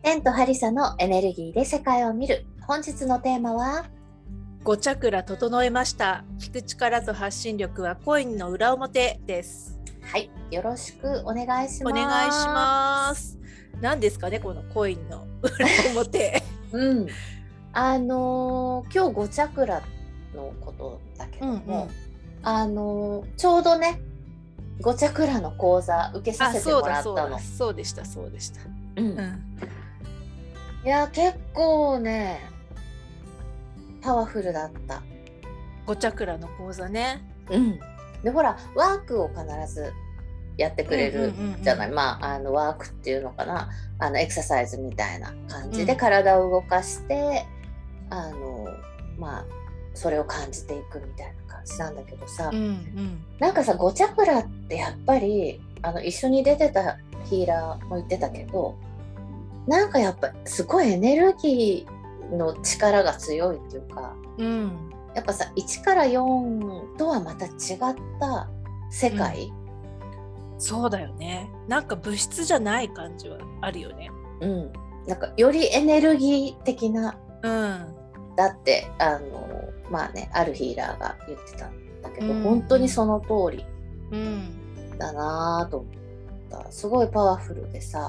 テンとハリサのエネルギーで世界を見る。本日のテーマは 5チャクラ整えました。聞く力と発信力はコインの裏表です。 はい、よろしくお願いします。 お願いします。何ですかね、このコインの裏表。 今日5チャクラのことだけども、ちょうどね5チャクラの講座受けさせてもらったの。 そうでした。 いや結構ねパワフルだった。 5チャクラの講座ね。 でほらワークを必ずやってくれるじゃない。ワークっていうのかな、エクササイズみたいな感じで体を動かして、それを感じていくみたいな感じなんだけどさ、なんかさ5チャクラってやっぱり一緒に出てたヒーラーも言ってたけど、なんかやっぱすごいエネルギーの力が強いっていうか、やっぱさ1から4とはまた違った世界、 そうだよね。なんか物質じゃない感じはあるよね。 なんかよりエネルギー的な、だってあるヒーラーが言ってたんだけど、本当にその通りだなと思った。すごいパワフルでさ、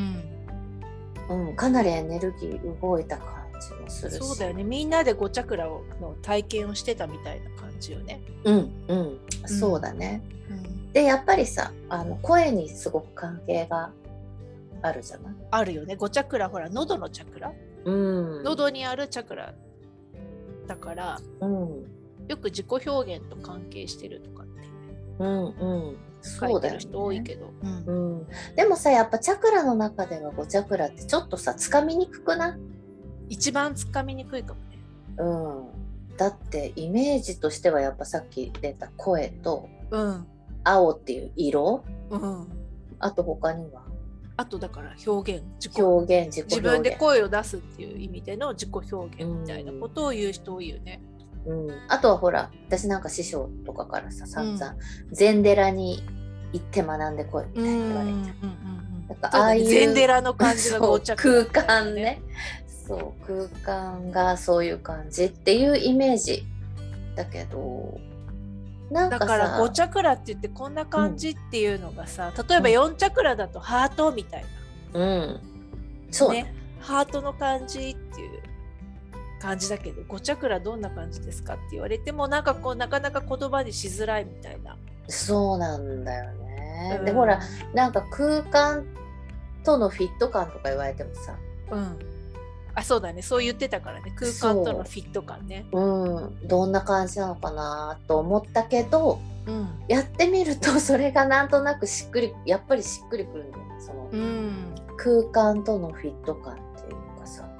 かなりエネルギー動いた感じもするし。 そうだよね。みんなで5チャクラの体験をしてたみたいな感じよね。 そうだね。でやっぱりさ声にすごく関係があるじゃない。 あるよね。5チャクラほら喉のチャクラ、喉にあるチャクラだから、よく自己表現と関係してるとかって書いてる人多いけど、 でもさやっぱチャクラの中では5チャクラってちょっとさつかみにくくない？ 一番つかみにくいかもね。 だってイメージとしてはやっぱさっき出た声と、青っていう色、あと他にはあとだから表現、自分で声を出すっていう意味での自己表現みたいなことを言う人多いよね。 あとはほら私なんか師匠とかからさ散々禅寺に行って学んでこいみたいに言われて、なんかああいう禅寺の感じが5チャクラ、 空間ね、そう空間がそういう感じっていうイメージだけど、なんかさだから5チャクラって言ってこんな感じっていうのがさ、例えば4チャクラだとハートみたいな、 そうね、 ハートの感じっていう感じだけど、5チャクラどんな感じですかって言われてもなんかこうなかなか言葉にしづらいみたいな。 そうなんだよね。でほらなんか空間とのフィット感とか言われてもさ、 そうだね、そう言ってたからね、空間とのフィット感ね。 どんな感じなのかなと思ったけど、やってみるとそれがなんとなくやっぱりしっくりくるんだよね。その、空間とのフィット感っていうかさ、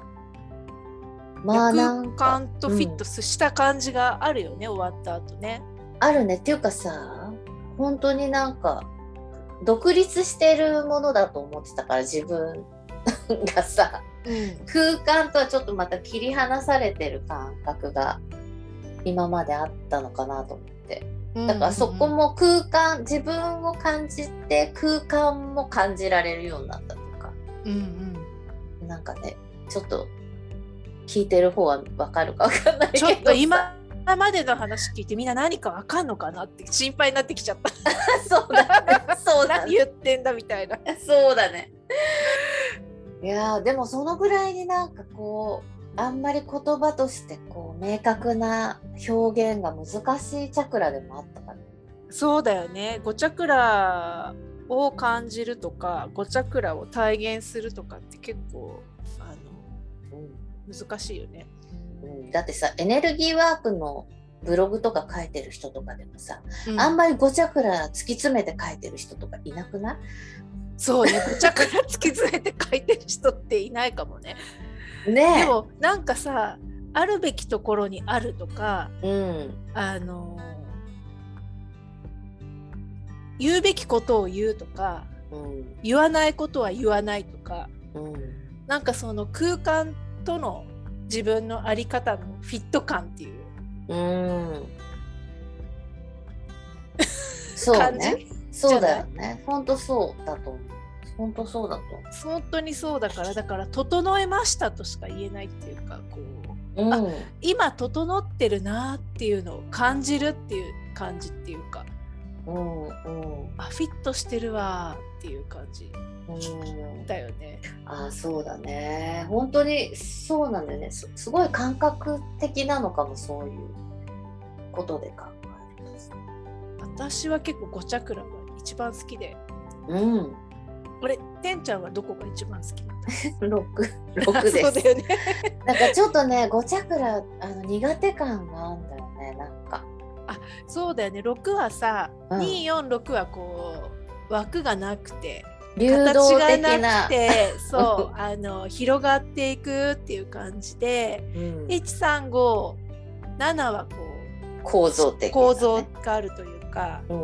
空間とフィットした感じがあるよね、終わった後ね。あるね。っていうかさ、本当になんか独立してるものだと思ってたから自分がさ、空間とはちょっとまた切り離されてる感覚が今まであったのかなと思って、だからそこも空間、自分を感じて空間も感じられるようになったとか、なんかねちょっと聞いてる方は分かるか分かんないけど、 ちょっと今までの話聞いてみんな何か分かんのかなって心配になってきちゃった。 そうだね、そうだね、 何言ってんだみたいな。 そうだね。いやでもそのぐらいになんかこうあんまり言葉としてこう明確な表現が難しいチャクラでもあったから。 そうだよね。5チャクラを感じるとか5チャクラを体現するとかって結構難しいよね。 だってさエネルギーワークのブログとか書いてる人とかでもさ、あんまり5チャクラ突き詰めて書いてる人とかいなくない？ そうね、5チャクラ突き詰めて書いてる人っていないかもね。でもなんかさ、あるべきところにあるとか、言うべきことを言うとか、言わないことは言わないとか、なんかその空間との自分の在り方のフィット感っていうそう感じ、 ね、そうだよね。本当そうだと思う。 本当そうだと。 本当にそうだから、だから整えましたとしか言えないっていうか、こう、 うん、 あ、今整ってるなっていうのを感じるっていう感じっていうか、 うんうん、 あ、フィットしてるわっていう感じ、だよね。 あ、そうだね。本当にそうなんだよね。すごい感覚的なのかも、そういうことで考えるとさ。 私は結構5チャクラが一番好きで。 うん。 てんちゃんはどこが一番好きなんだ 6です。 そうだよね。 なんかちょっとね、5チャクラ苦手感があるんだよね、なんか。 あ、そうだよね。6はさ、 うん、 2、4、6はこう枠がなくて、 流動的な、 形がなくて、そう広がっていくっていう感じで、 うん、 1、3、5、7はこう構造的な、ね、 構造があるというか、 うん、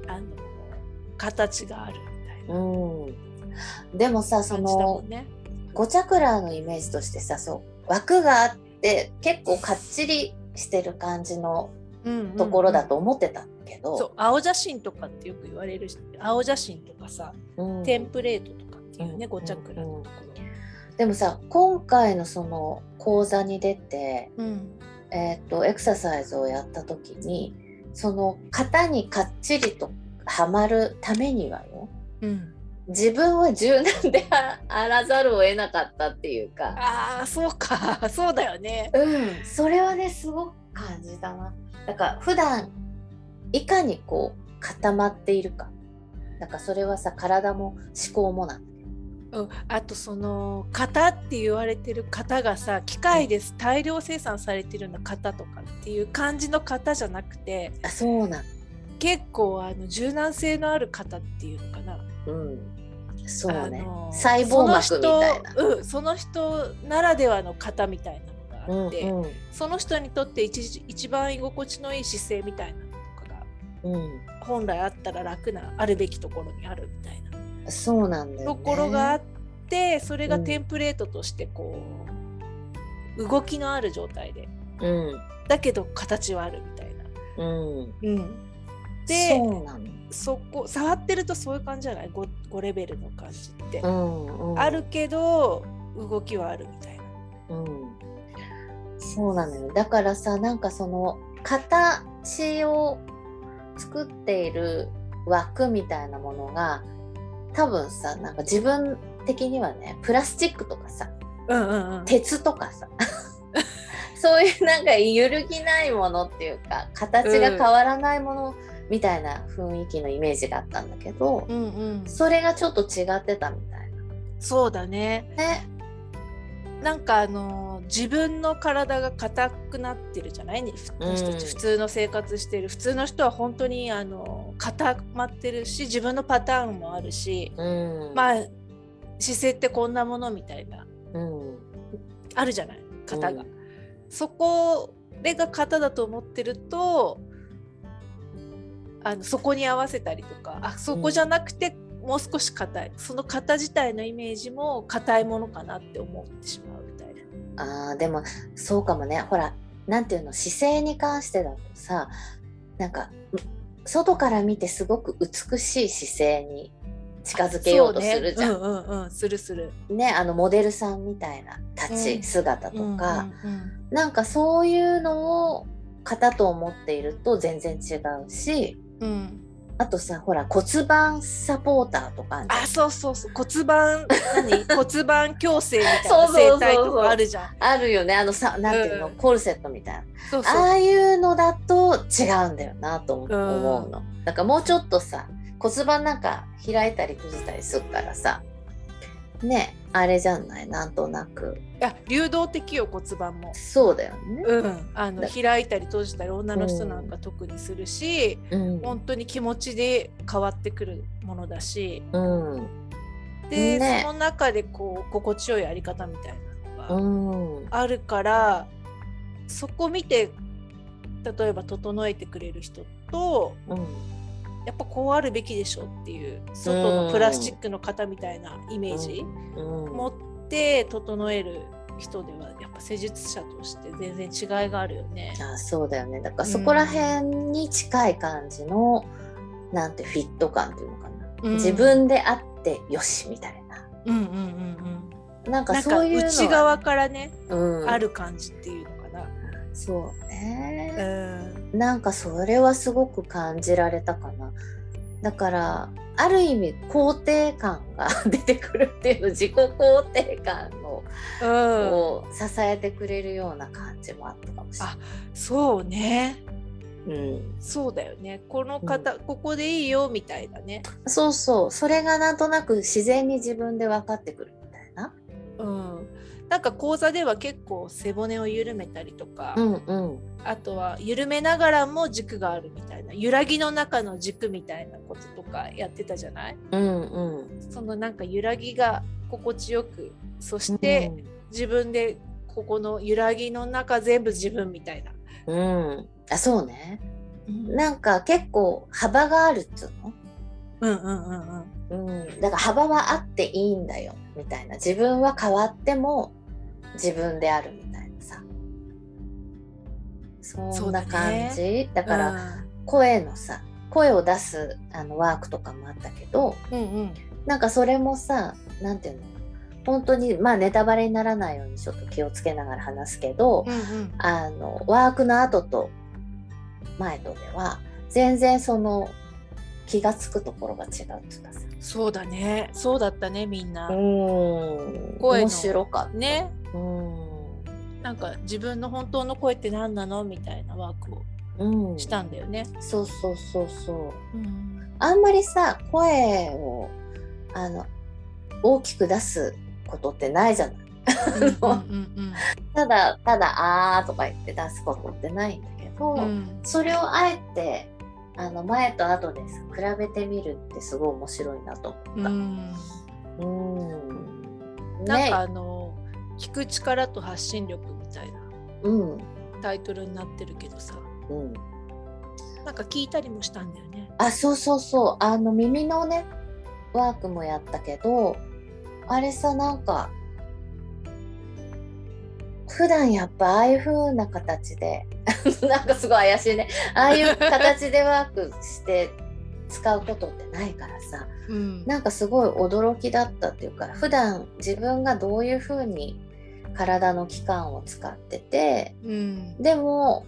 形があるみたいな、 うん、でもさ、その5チャクラのイメージとしてさ、そう枠があって結構かっちりしてる感じのところだと思ってたけど、 そう、青写真とかってよく言われるし、青写真とかさ、テンプレートとかっていうね、5チャクラのところ、 でもさ、今回のその講座に出て、エクササイズをやった時に、その型にかっちりとはまるためにはよ、自分は柔軟であらざるを得なかったっていうか。 ああ、そうか、そうだよね。 それはね、すごく感じたな。だから普段いかにこう固まっているか。だからそれはさ、体も思考もなんだけど。 あとその型って言われてる型がさ、機械で大量生産されてるような型とかっていう感じの型じゃなくて、 あ、そうなん。 結構柔軟性のある型っていうのかな。 そうね。細胞膜みたいな。 その人ならではの型みたいなのがあって、その人にとって一番居心地のいい姿勢みたいなのとかが、本来あったら楽なあるべきところにあるみたいな。 そうなんだよね。 ところがあって、それがテンプレートとしてこう、動きのある状態で、だけど形はあるみたいな。で、そうなの。そこ触ってるとそういう感じじゃない？ 5レベルの感じって、あるけど動きはあるみたいな。 そうなのよ。だからさ、なんかその形を作っている枠みたいなものが多分さ、なんか自分的にはね、プラスチックとかさ、鉄とかさそういうなんか揺るぎないものっていうか、形が変わらないものみたいな雰囲気のイメージがあったんだけど、それがちょっと違ってたみたいな。 そうだね。なんか自分の体が硬くなってるじゃない、普通の生活してる普通の人は本当に固まってるし、自分のパターンもあるし、まあ姿勢ってこんなものみたいな、あるじゃない、型が。そこが型だと思ってると、そこに合わせたりとか、そこじゃなくてもう少し硬い、その型自体のイメージも硬いものかなって思ってしまうみたいな。 でもそうかもね。ほら、なんていうの、姿勢に関してだとさ、なんか外から見てすごく美しい姿勢に近づけようとするじゃん。 するね、モデルさんみたいな立ち姿とか、なんかそういうのを型と思っていると全然違うし、あとさ、ほら骨盤サポーターとかそう骨盤骨盤矯正みたいな整体とかあるじゃん。 あるよね。なんていうの、コルセットみたいな、ああいうのだと違うんだよなと思うの。だからもうちょっとさ、骨盤なんか開いたり閉じたりするからさ、ね、あれじゃない、なんとなく。 流動的よ、骨盤も。 そうだよね。 開いたり閉じたり女の人なんか特にするし、本当に気持ちで変わってくるものだし、で、その中でこう心地よいやり方みたいなのがあるから、そこ見て例えば整えてくれる人と、やっぱこうあるべきでしょっていう外のプラスチックの型みたいなイメージ持って整える人ではやっぱ施術者として全然違いがあるよね。 そうだよね。だからそこら辺に近い感じの、なんてフィット感っていうのかな、自分であってよしみたいな、 うんうんうんうん、 なんかそういうのは、 内側からね、 うん、 ある感じっていうのかな。 そうね、なんかそれはすごく感じられたかな。だからある意味肯定感が出てくるっていうの、自己肯定感を支えてくれるような感じもあったかもしれない。 あ、そうね、 うん、 そうだよね、この方、ここでいいよみたいなね。 そうそう、それがなんとなく自然に自分で分かってくるみたいな。 なんか講座では結構背骨を緩めたりとか、あとは緩めながらも軸があるみたいな、揺らぎの中の軸みたいなこととかやってたじゃない、そのなんか揺らぎが心地よく、そして自分でここの揺らぎの中全部自分みたいな、 あ、そうね、なんか結構幅があるっつうの、だから幅はあっていいんだよみたいな、自分は変わっても自分であるみたいなさ、そんな感じ だから、声のさ、声を出すワークとかもあったけど、なんかそれもさ、なんていうの、本当にまあネタバレにならないようにちょっと気をつけながら話すけど、ワークの後と前とでは全然その気がつくところが違うって言ったさ。 そうだね、そうだったね、みんな。 面白かったね。なんか自分の本当の声って何なのみたいなワークをしたんだよね。 そうそうそうそう、あんまりさ、声を大きく出すことってないじゃない。ただあーとか言って出すことってないんだけど、それをあえて前と後で比べてみるってすごい面白いなと思った。 なんか聞く力と発信力みたいなタイトルになってるけどさ、なんか聞いたりもしたんだよね。 あ、そうそうそう、耳のねワークもやったけど、あれさ、なんか普段やっぱああいう風な形でなんかすごい怪しいね、ああいう形でワークして使うことってないからさ、なんかすごい驚きだったっていうか、普段自分がどういう風に体の器官を使ってて、でも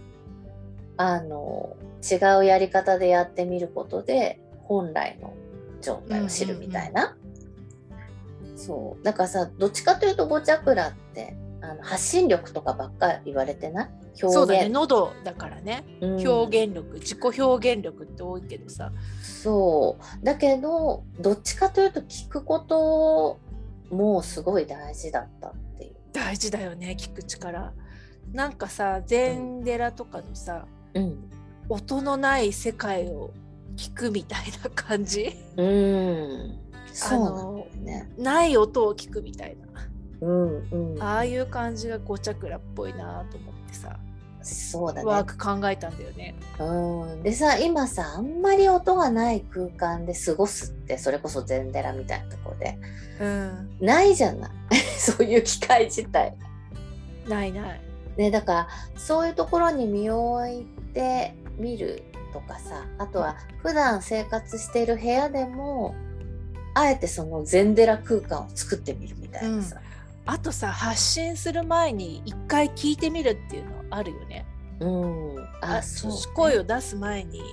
違うやり方でやってみることで本来の状態を知るみたいな、そうだからさ、どっちかというと5チャクラって発信力とかばっかり言われてない？表現。 そうだね、喉だからね、表現力、自己表現力って多いけどさ、 そうだけどどっちかというと聞くこともすごい大事だったっていう。 大事だよね、聞く力。なんかさ、禅寺とかのさ、音のない世界を聞くみたいな感じ、 そうなんだよね、 ない音を聞くみたいな、ああいう感じが5チャクラっぽいなと思ってさ、 そうだね、 ワーク考えたんだよね。 でさ、今さ、あんまり音がない空間で過ごすって、それこそ禅寺みたいなところで、ないじゃないそういう機会自体ないない、 ね、だからそういうところに身を置いてみるとかさ、あとは普段生活している部屋でもあえてその禅寺空間を作ってみるみたいなさ、 あとさ、発信する前に一回聞いてみるっていうのあるよね。そうね、声を出す前に、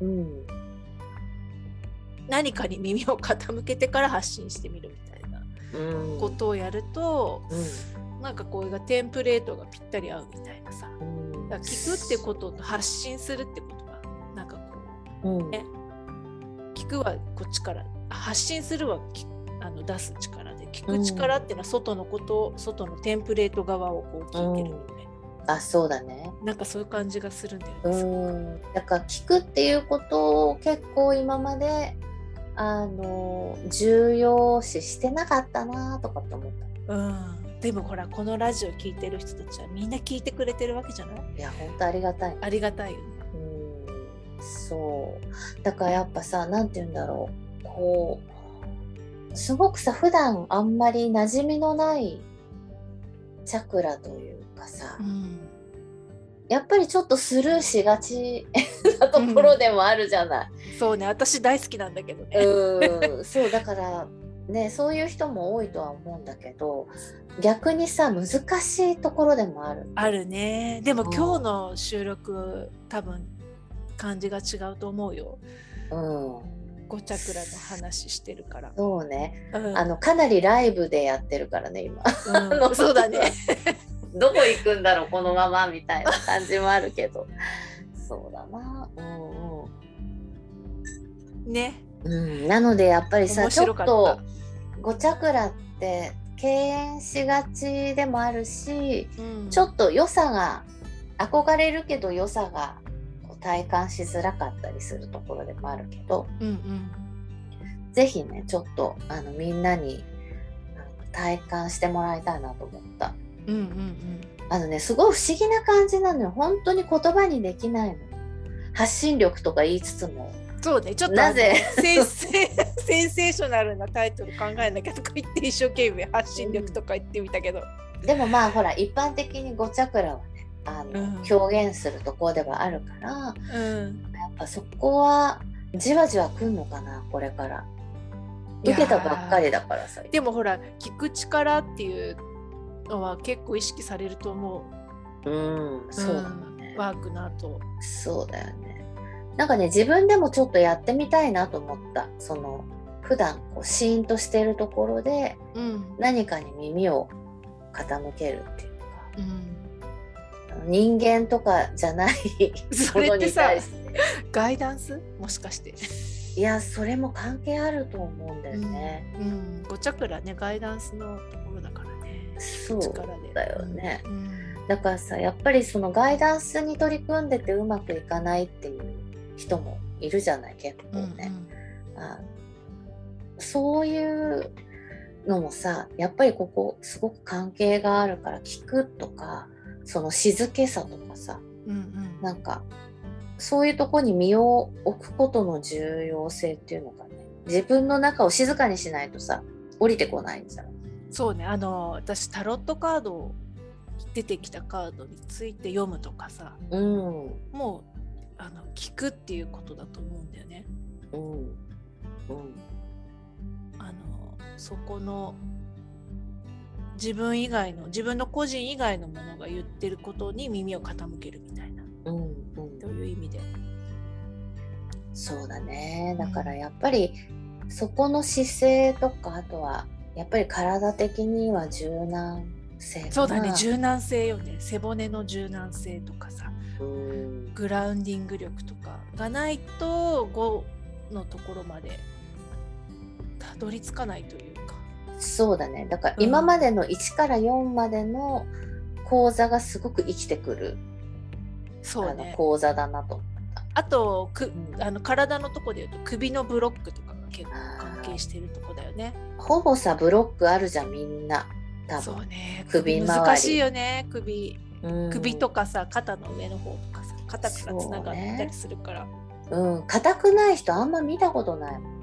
何かに耳を傾けてから発信してみるみたいなことをやると、なんかこれがテンプレートがぴったり合うみたいなさ、だから聞くってことと発信するってことはなんかこう、ね、聞くはこっちから、発信するは出す力で、聞く力っていうのは外のことを、外のテンプレート側をこう聞いてるみたいな、 そうだね、 なんかそういう感じがするんだよね。 だから聞くっていうことを結構今まで重要視してなかったなとかって思った。 でもほら、このラジオ聞いてる人たちはみんな聞いてくれてるわけじゃない？ いや、本当ありがたい。 ありがたいよね。 そうだからやっぱさ、なんて言うんだろう、こうすごくさ、普段あんまり馴染みのないチャクラというかさ、やっぱりちょっとスルーしがちなところでもあるじゃない。 そうね、私大好きなんだけどね。 そうだからね、そういう人も多いとは思うんだけど、逆にさ難しいところでもある。 あるね。でも今日の収録多分感じが違うと思うよ。5チャクラの話してるから。 そうね、かなりライブでやってるからね今、 そうだねどこ行くんだろうこのままみたいな感じもあるけどそうだな、ね、なのでやっぱりさちょっと5チャクラって敬遠しがちでもあるし、ちょっと良さが憧れるけど良さが体感しづらかったりするところでもあるけど、ぜひねちょっとみんなに体感してもらいたいなと思った。すごい不思議な感じなのよ。本当に言葉にできないの。発信力とか言いつつも。 そうね、ちょっとなぜセンセーショナルなタイトル考えなきゃとか言って一生懸命発信力とか言ってみたけど、 でもまあほら一般的に5チャクラはね表現するところではあるから、やっぱそこはじわじわくんのかなこれから。受けたばっかりだからさ。 でもほら聞く力っていうのは結構意識されると思う。 そうだね。 ワークの後。 そうだよね。なんかね自分でもちょっとやってみたいなと思った。その普段シーンとしてるところで、何かに耳を傾けるっていうか、人間とかじゃないそれってさガイダンスもしかして。 いやそれも関係あると思うんだよね。 5チャクラねガイダンスのところだからね。 そうだよね。だからさやっぱりそのガイダンスに取り組んでてうまくいかないっていう人もいるじゃない結構ね。そういうのもさやっぱりここすごく関係があるから聞くとかその静けさとかさ、なんかそういうとこに身を置くことの重要性っていうのがね自分の中を静かにしないとさ降りてこないんじゃん。 そうね私タロットカード出てきたカードについて読むとかさ、もう聞くっていうことだと思うんだよね。そこの自分の個人以外のものが言ってることに耳を傾けるみたいな、という意味で。 そうだね。だからやっぱりそこの姿勢とかあとはやっぱり体的には柔軟性。 そうだね柔軟性よね。背骨の柔軟性とかさ、グラウンディング力とかがないと5のところまでたどり着かないというか。 そうだね。だから今までの1から4までの講座がすごく生きてくる、講座だなと思った。 あと体のとこでいうと首のブロックとかが結構関係してるとこだよね。 ほぼさブロックあるじゃんみんな多分。 そうね。 首周り難しいよね首とかさ肩の上の方とかさ肩からつながったりするから。 硬くない人あんま見たことないもんな。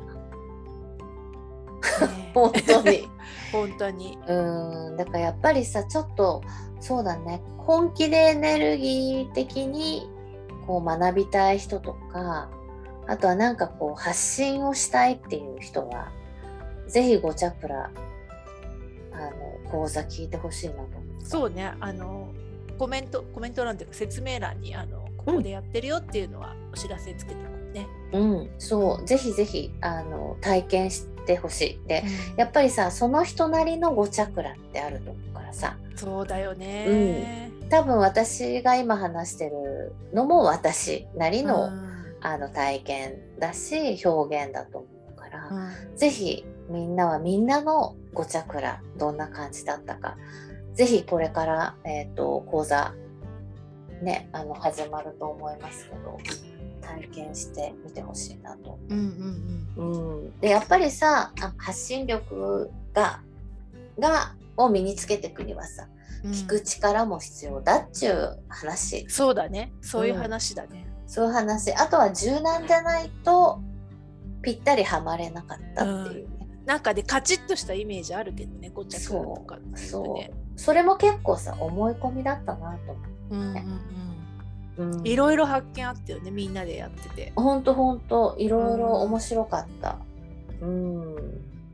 本当に本当に。 だからやっぱりさちょっとそうだね本気でエネルギー的に学びたい人とかあとはなんか発信をしたいっていう人はぜひ5チャクラ講座聞いてほしいなと思って。 そうねコメント欄というか説明欄にここでやってるよっていうのはお知らせつけておこうね。 そうぜひぜひ体験してほしい。で、やっぱりさその人なりの5チャクラってあると思うからさ。 そうだよね。 多分私が今話してるのも私なりの、体験だし表現だと思うから、ぜひみんなはみんなの5チャクラどんな感じだったかぜひこれから、講座ね始まると思いますけど体験してみてほしいなと。でやっぱりさ発信力を身につけていくにはさ、聞く力も必要だっちゅう話。 そうだねそういう話だね。 そういう話。あとは柔軟じゃないとぴったりはまれなかったっていうね。 なんかでカチッとしたイメージあるけどね5チャクラとかっていうね。 それも結構さ思い込みだったなと思って、 いろいろ発見あったよねみんなでやってて。 ほんといろいろ面白かった。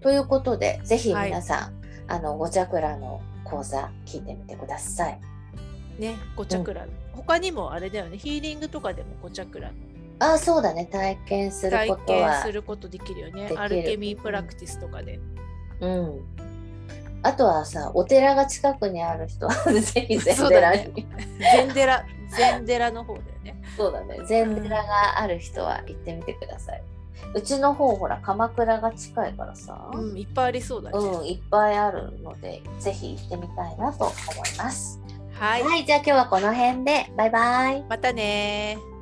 ということでぜひ皆さん、5チャクラの講座聞いてみてください。 ね、5チャクラ、他にもあれだよね、ヒーリングとかでも5チャクラのそうだね、体験することできるよね。アルケミープラクティスとかで。 あとはさ、お寺が近くにある人はぜひ禅寺に。 禅寺の方だよね。 そうだね、禅寺がある人は行ってみてください。うちの方ほら鎌倉が近いからさ、 いっぱいありそうだね。 いっぱいあるのでぜひ行ってみたいなと思います。 はい、 じゃあ今日はこの辺でバイバイ。 またね。